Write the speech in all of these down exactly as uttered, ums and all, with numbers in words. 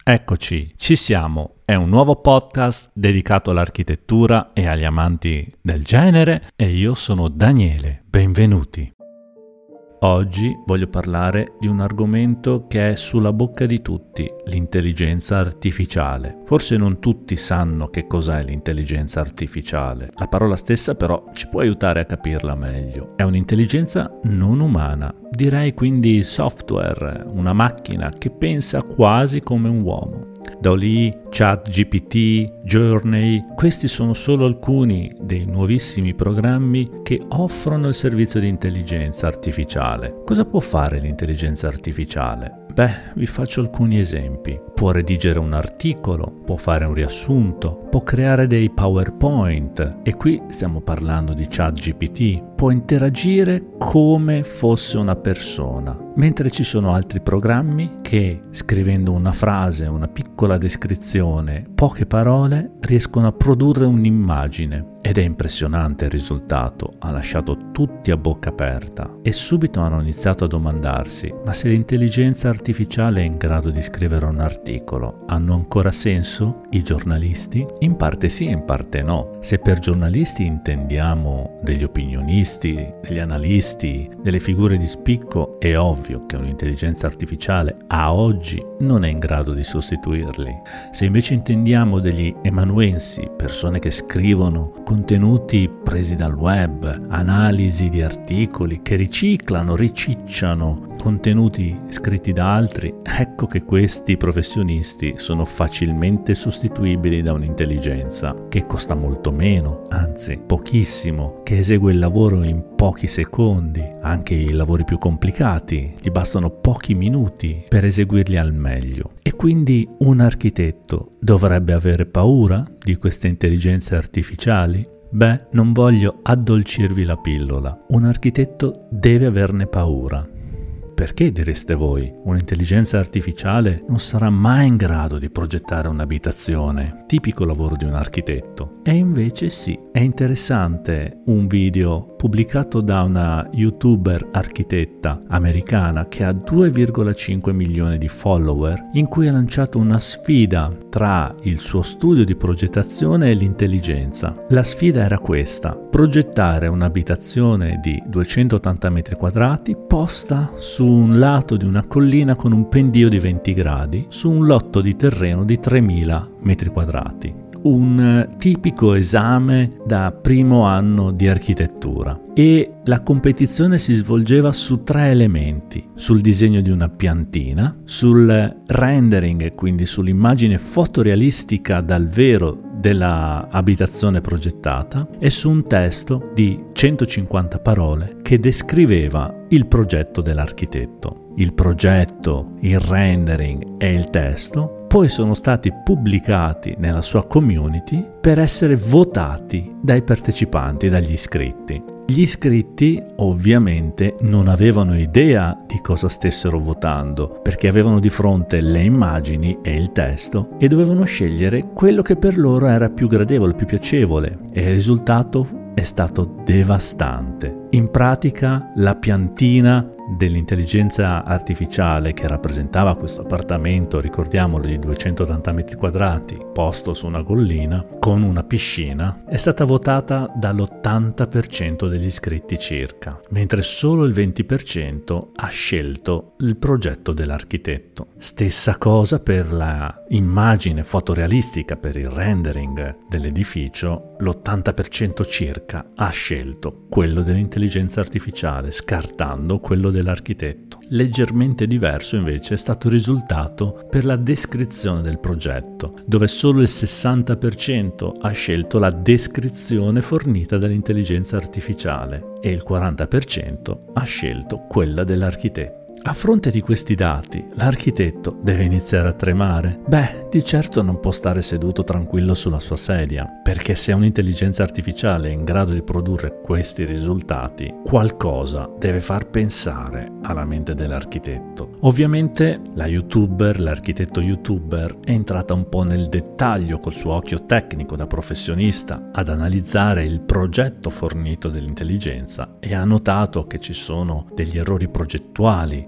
Eccoci, ci siamo. È un nuovo podcast dedicato all'architettura e agli amanti del genere e io sono Daniele. Benvenuti. Oggi voglio parlare di un argomento che è sulla bocca di tutti, l'intelligenza artificiale. Forse non tutti sanno che cos'è l'intelligenza artificiale. La parola stessa però ci può aiutare a capirla meglio. È un'intelligenza non umana, direi quindi software, una macchina che pensa quasi come un uomo. DALL-E, ChatGPT, Journey, questi sono solo alcuni dei nuovissimi programmi che offrono il servizio di intelligenza artificiale. Cosa può fare l'intelligenza artificiale? Beh, vi faccio alcuni esempi. Può redigere un articolo, può fare un riassunto, può creare dei PowerPoint e qui stiamo parlando di ChatGPT, può interagire come fosse una persona, mentre ci sono altri programmi che scrivendo una frase, una piccola descrizione, poche parole, riescono a produrre un'immagine. Ed è impressionante il risultato, ha lasciato tutti a bocca aperta e subito hanno iniziato a domandarsi: ma se l'intelligenza artificiale è in grado di scrivere un articolo, hanno ancora senso i giornalisti? In parte sì, in parte no. Se per giornalisti intendiamo degli opinionisti, degli analisti, delle figure di spicco, è ovvio che un'intelligenza artificiale a oggi non è in grado di sostituirli. Se invece intendiamo degli amanuensi, persone che scrivono contenuti presi dal web, analisi di articoli che riciclano, ricicciano contenuti scritti da altri, ecco che questi professionisti sono facilmente sostituibili da un'intelligenza che costa molto meno, anzi pochissimo, che esegue il lavoro in pochi secondi. Anche i lavori più complicati gli bastano pochi minuti per eseguirli al meglio. E quindi un architetto dovrebbe avere paura di queste intelligenze artificiali? Beh, non voglio addolcirvi la pillola. Un architetto deve averne paura. Perché, direste voi, un'intelligenza artificiale non sarà mai in grado di progettare un'abitazione, tipico lavoro di un architetto? E invece sì, è interessante un video pubblicato da una youtuber architetta americana che ha due virgola cinque milioni di follower, in cui ha lanciato una sfida tra il suo studio di progettazione e l'intelligenza. La sfida era questa: progettare un'abitazione di duecentottanta metri quadrati posta su un lato di una collina con un pendio di venti gradi su un lotto di terreno di tremila metri quadrati. Un tipico esame da primo anno di architettura, e la competizione si svolgeva su tre elementi: sul disegno di una piantina, sul rendering, quindi sull'immagine fotorealistica dal vero della abitazione progettata, e su un testo di centocinquanta parole che descriveva il progetto dell'architetto. Il progetto, il rendering e il testo poi sono stati pubblicati nella sua community per essere votati dai partecipanti, dagli iscritti. Gli iscritti ovviamente non avevano idea di cosa stessero votando, perché avevano di fronte le immagini e il testo e dovevano scegliere quello che per loro era più gradevole, più piacevole, e il risultato è stato devastante. In pratica, la piantina dell'intelligenza artificiale che rappresentava questo appartamento, ricordiamolo, di duecentottanta metri quadrati, posto su una collina con una piscina, è stata votata dall'ottanta per cento degli iscritti circa, mentre solo il venti per cento ha scelto il progetto dell'architetto. Stessa cosa per la immagine fotorealistica, per il rendering dell'edificio, l'ottanta per cento circa ha scelto quello dell'intelligenza artificiale, scartando quello dell'architetto. Leggermente diverso invece è stato il risultato per la descrizione del progetto, dove solo il sessanta per cento ha scelto la descrizione fornita dall'intelligenza artificiale e il quaranta per cento ha scelto quella dell'architetto. A fronte di questi dati, l'architetto deve iniziare a tremare? Beh, di certo non può stare seduto tranquillo sulla sua sedia, perché se un'intelligenza artificiale è in grado di produrre questi risultati, qualcosa deve far pensare alla mente dell'architetto. Ovviamente la youtuber, l'architetto youtuber, è entrata un po' nel dettaglio col suo occhio tecnico da professionista ad analizzare il progetto fornito dall'intelligenza e ha notato che ci sono degli errori progettuali,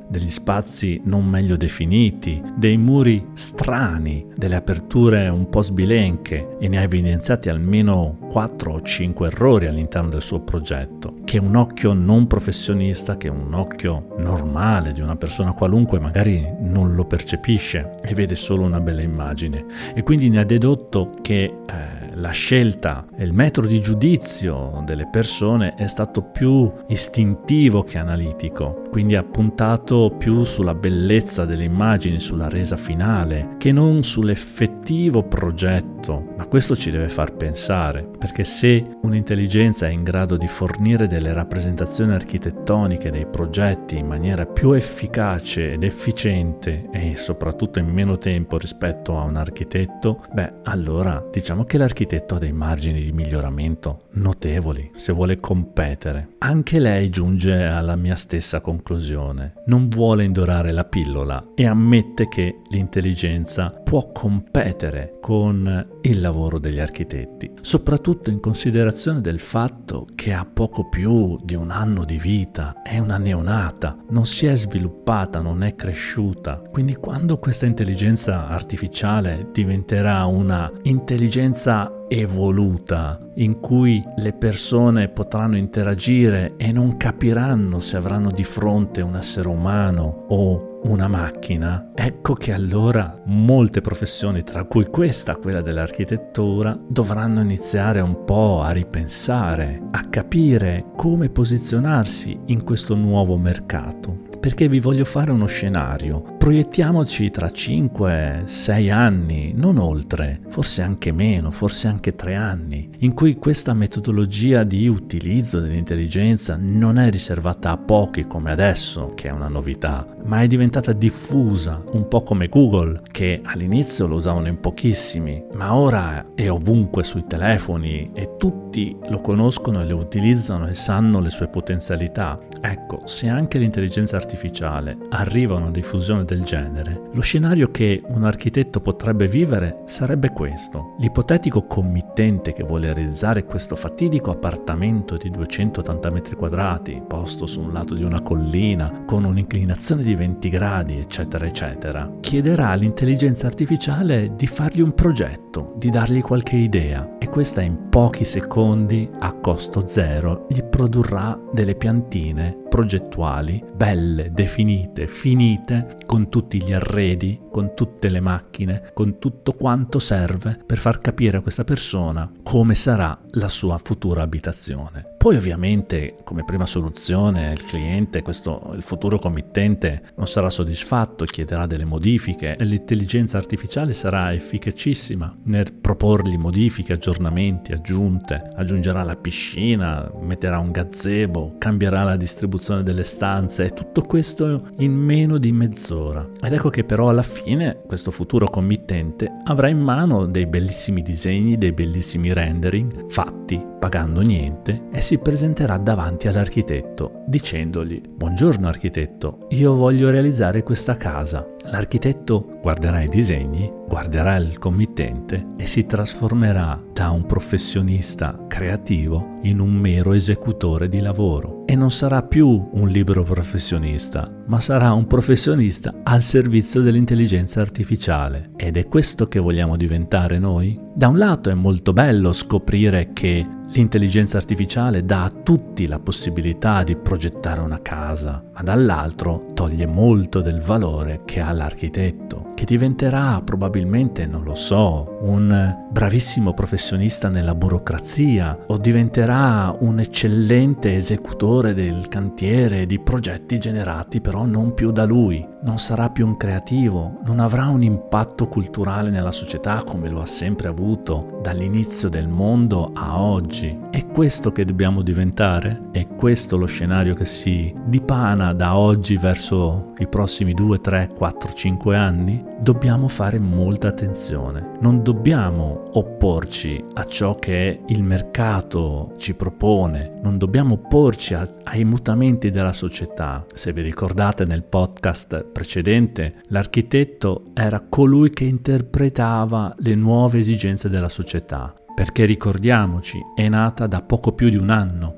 degli spazi non meglio definiti, dei muri strani, delle aperture un po' sbilenche, e ne ha evidenziati almeno quattro o cinque errori all'interno del suo progetto, che un occhio non professionista, che un occhio normale di una persona qualunque magari non lo percepisce e vede solo una bella immagine, e quindi ne ha dedotto che eh, la scelta e il metodo di giudizio delle persone è stato più istintivo che analitico, quindi ha puntato più sulla bellezza delle immagini, sulla resa finale, che non sull'effettivo progetto. Ma questo ci deve far pensare, perché se un'intelligenza è in grado di fornire delle rappresentazioni architettoniche dei progetti in maniera più efficace ed efficiente e soprattutto in meno tempo rispetto a un architetto, beh, allora diciamo che l'architetto ha dei margini di miglioramento notevoli se vuole competere. Anche lei giunge alla mia stessa conclusione. Non vuole indorare la pillola e ammette che l'intelligenza può competere con il lavoro degli architetti, soprattutto in considerazione del fatto che ha poco più di un anno di vita, è una neonata, non si è sviluppata, non è cresciuta. Quindi quando questa intelligenza artificiale diventerà una intelligenza evoluta, in cui le persone potranno interagire e non capiranno se avranno di fronte un essere umano o una macchina, ecco che allora molte professioni, tra cui questa, quella dell'architettura, dovranno iniziare un po' a ripensare, a capire come posizionarsi in questo nuovo mercato. Perché vi voglio fare uno scenario. Proiettiamoci tra cinque sei anni, non oltre, forse anche meno, forse anche tre anni, in cui questa metodologia di utilizzo dell'intelligenza non è riservata a pochi come adesso, che è una novità, ma è diventata diffusa, un po' come Google, che all'inizio lo usavano in pochissimi, ma ora è ovunque sui telefoni e tutti lo conoscono e lo utilizzano e sanno le sue potenzialità. Ecco, se anche l'intelligenza artificiale arriva a una diffusione del genere, lo scenario che un architetto potrebbe vivere sarebbe questo. L'ipotetico committente che vuole realizzare questo fatidico appartamento di duecentottanta metri quadrati, posto su un lato di una collina, con un'inclinazione di venti gradi, eccetera, eccetera, chiederà all'intelligenza artificiale di fargli un progetto, di dargli qualche idea, e questa in pochi secondi, a costo zero, gli produrrà delle piantine progettuali, belle, definite, finite, con tutti gli arredi, con tutte le macchine, con tutto quanto serve per far capire a questa persona come sarà la sua futura abitazione. Poi ovviamente, come prima soluzione, il cliente, questo, il futuro committente, non sarà soddisfatto, chiederà delle modifiche e l'intelligenza artificiale sarà efficacissima nel proporgli modifiche, aggiornamenti, aggiunte, aggiungerà la piscina, metterà un gazebo, cambierà la distribuzione delle stanze, e tutto questo in meno di mezz'ora. Ed ecco che però alla fine questo futuro committente avrà in mano dei bellissimi disegni, dei bellissimi rendering fatti pagando niente, e si presenterà davanti all'architetto dicendogli: buongiorno architetto, io voglio realizzare questa casa. L'architetto guarderà i disegni, guarderà il committente e si trasformerà da un professionista creativo in un mero esecutore di lavoro, e non sarà più un libero professionista, ma sarà un professionista al servizio dell'intelligenza artificiale. Ed è questo che vogliamo diventare noi? Da un lato è molto bello scoprire che l'intelligenza artificiale dà a tutti la possibilità di progettare una casa, ma dall'altro toglie molto del valore che ha l'architetto, che diventerà probabilmente, non lo so, un bravissimo professionista nella burocrazia, o diventerà un eccellente esecutore del cantiere di progetti generati però non più da lui. Non sarà più un creativo, non avrà un impatto culturale nella società come lo ha sempre avuto dall'inizio del mondo a oggi. È questo che dobbiamo diventare? È questo lo scenario che si dipana da oggi verso i prossimi due, tre, quattro, cinque anni? Dobbiamo fare molta attenzione. Non dobbiamo opporci a ciò che il mercato ci propone, non dobbiamo opporci a, ai mutamenti della società. Se vi ricordate, nel podcast precedente, l'architetto era colui che interpretava le nuove esigenze della società, perché ricordiamoci, è nata da poco più di un anno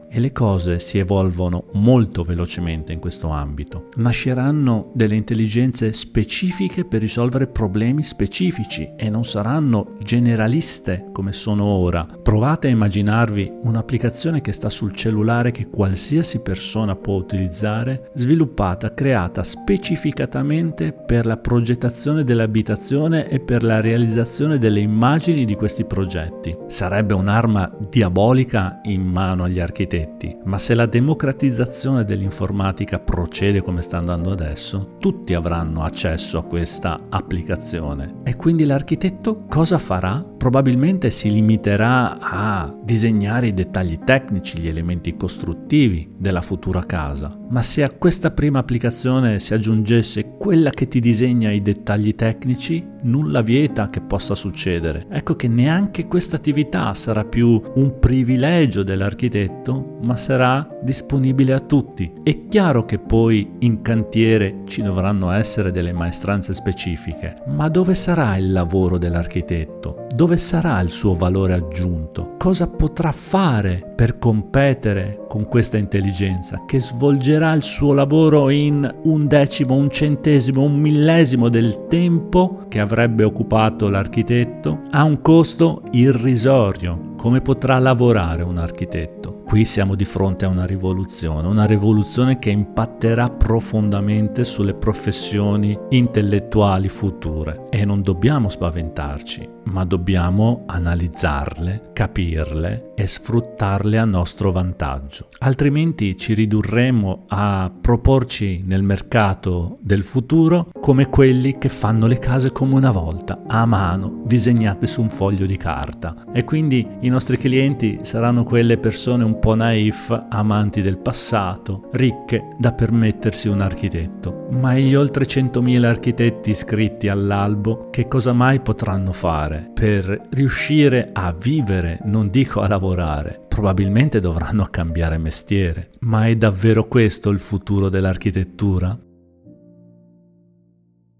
e le cose si evolvono molto velocemente in questo ambito. Nasceranno delle intelligenze specifiche per risolvere problemi specifici e non saranno generaliste come sono ora. Provate a immaginarvi un'applicazione che sta sul cellulare che qualsiasi persona può utilizzare, sviluppata, creata specificatamente per la progettazione dell'abitazione e per la realizzazione delle immagini di questi progetti. Sarebbe un'arma diabolica in mano agli architetti, ma se la democratizzazione dell'informatica procede come sta andando adesso, tutti avranno accesso a questa applicazione. E quindi l'architetto cosa farà? Probabilmente si limiterà a disegnare i dettagli tecnici, gli elementi costruttivi della futura casa. Ma se a questa prima applicazione si aggiungesse quella che ti disegna i dettagli tecnici, nulla vieta che possa succedere. Ecco che neanche questa attività sarà più un privilegio dell'architetto, ma sarà disponibile a tutti. È chiaro che poi in cantiere ci dovranno essere delle maestranze specifiche, ma dove sarà il lavoro dell'architetto? Dove sarà il suo valore aggiunto? Cosa potrà fare per competere con questa intelligenza che svolgerà il suo lavoro in un decimo, un centesimo, un millesimo del tempo che avrebbe occupato l'architetto a un costo irrisorio? Come potrà lavorare un architetto? Qui siamo di fronte a una rivoluzione, una rivoluzione che impatterà profondamente sulle professioni intellettuali future e non dobbiamo spaventarci, ma dobbiamo analizzarle, capirle e sfruttarle a nostro vantaggio. Altrimenti ci ridurremo a proporci nel mercato del futuro come quelli che fanno le case come una volta, a mano, disegnate su un foglio di carta. E quindi i nostri clienti saranno quelle persone un po' naif, amanti del passato, ricche da permettersi un architetto. Ma gli oltre centomila architetti iscritti all'albo che cosa mai potranno fare per riuscire a vivere, non dico a lavorare? Probabilmente dovranno cambiare mestiere. Ma è davvero questo il futuro dell'architettura?